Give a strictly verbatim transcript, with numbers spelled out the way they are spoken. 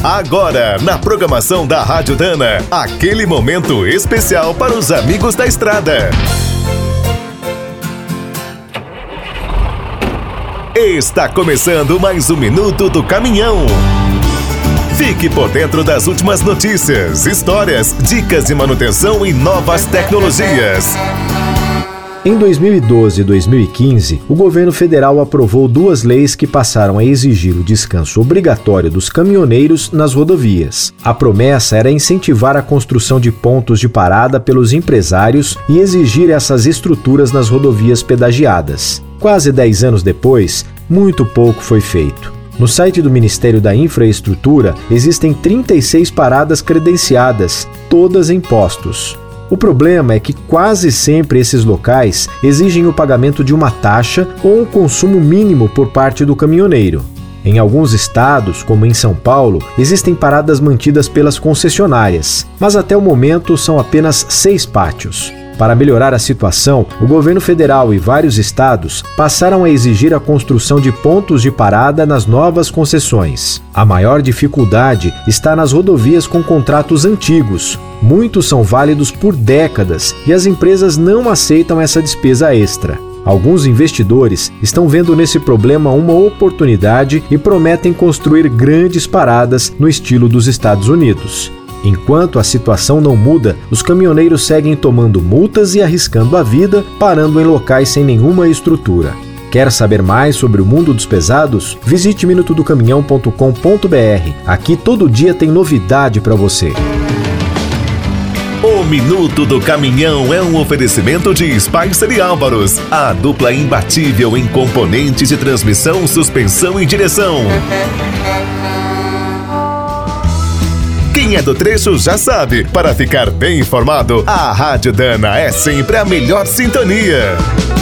Agora, na programação da Rádio Dana, aquele momento especial para os amigos da estrada. Está começando mais um Minuto do Caminhão. Fique por dentro das últimas notícias, histórias, dicas de manutenção e novas tecnologias. Em dois mil e doze e dois mil e quinze, o governo federal aprovou duas leis que passaram a exigir o descanso obrigatório dos caminhoneiros nas rodovias. A promessa era incentivar a construção de pontos de parada pelos empresários e exigir essas estruturas nas rodovias pedagiadas. Quase dez anos depois, muito pouco foi feito. No site do Ministério da Infraestrutura, existem trinta e seis paradas credenciadas, todas em postos. O problema é que quase sempre esses locais exigem o pagamento de uma taxa ou um consumo mínimo por parte do caminhoneiro. Em alguns estados, como em São Paulo, existem paradas mantidas pelas concessionárias, mas até o momento são apenas seis pátios. Para melhorar a situação, o governo federal e vários estados passaram a exigir a construção de pontos de parada nas novas concessões. A maior dificuldade está nas rodovias com contratos antigos. Muitos são válidos por décadas e as empresas não aceitam essa despesa extra. Alguns investidores estão vendo nesse problema uma oportunidade e prometem construir grandes paradas no estilo dos Estados Unidos. Enquanto a situação não muda, os caminhoneiros seguem tomando multas e arriscando a vida, parando em locais sem nenhuma estrutura. Quer saber mais sobre o mundo dos pesados? Visite minuto do caminhão ponto com ponto b r. Aqui todo dia tem novidade para você. O Minuto do Caminhão é um oferecimento de Spicer e Álvaros, a dupla imbatível em componentes de transmissão, suspensão e direção. Quem é do trecho já sabe, para ficar bem informado, a Rádio Dana é sempre a melhor sintonia.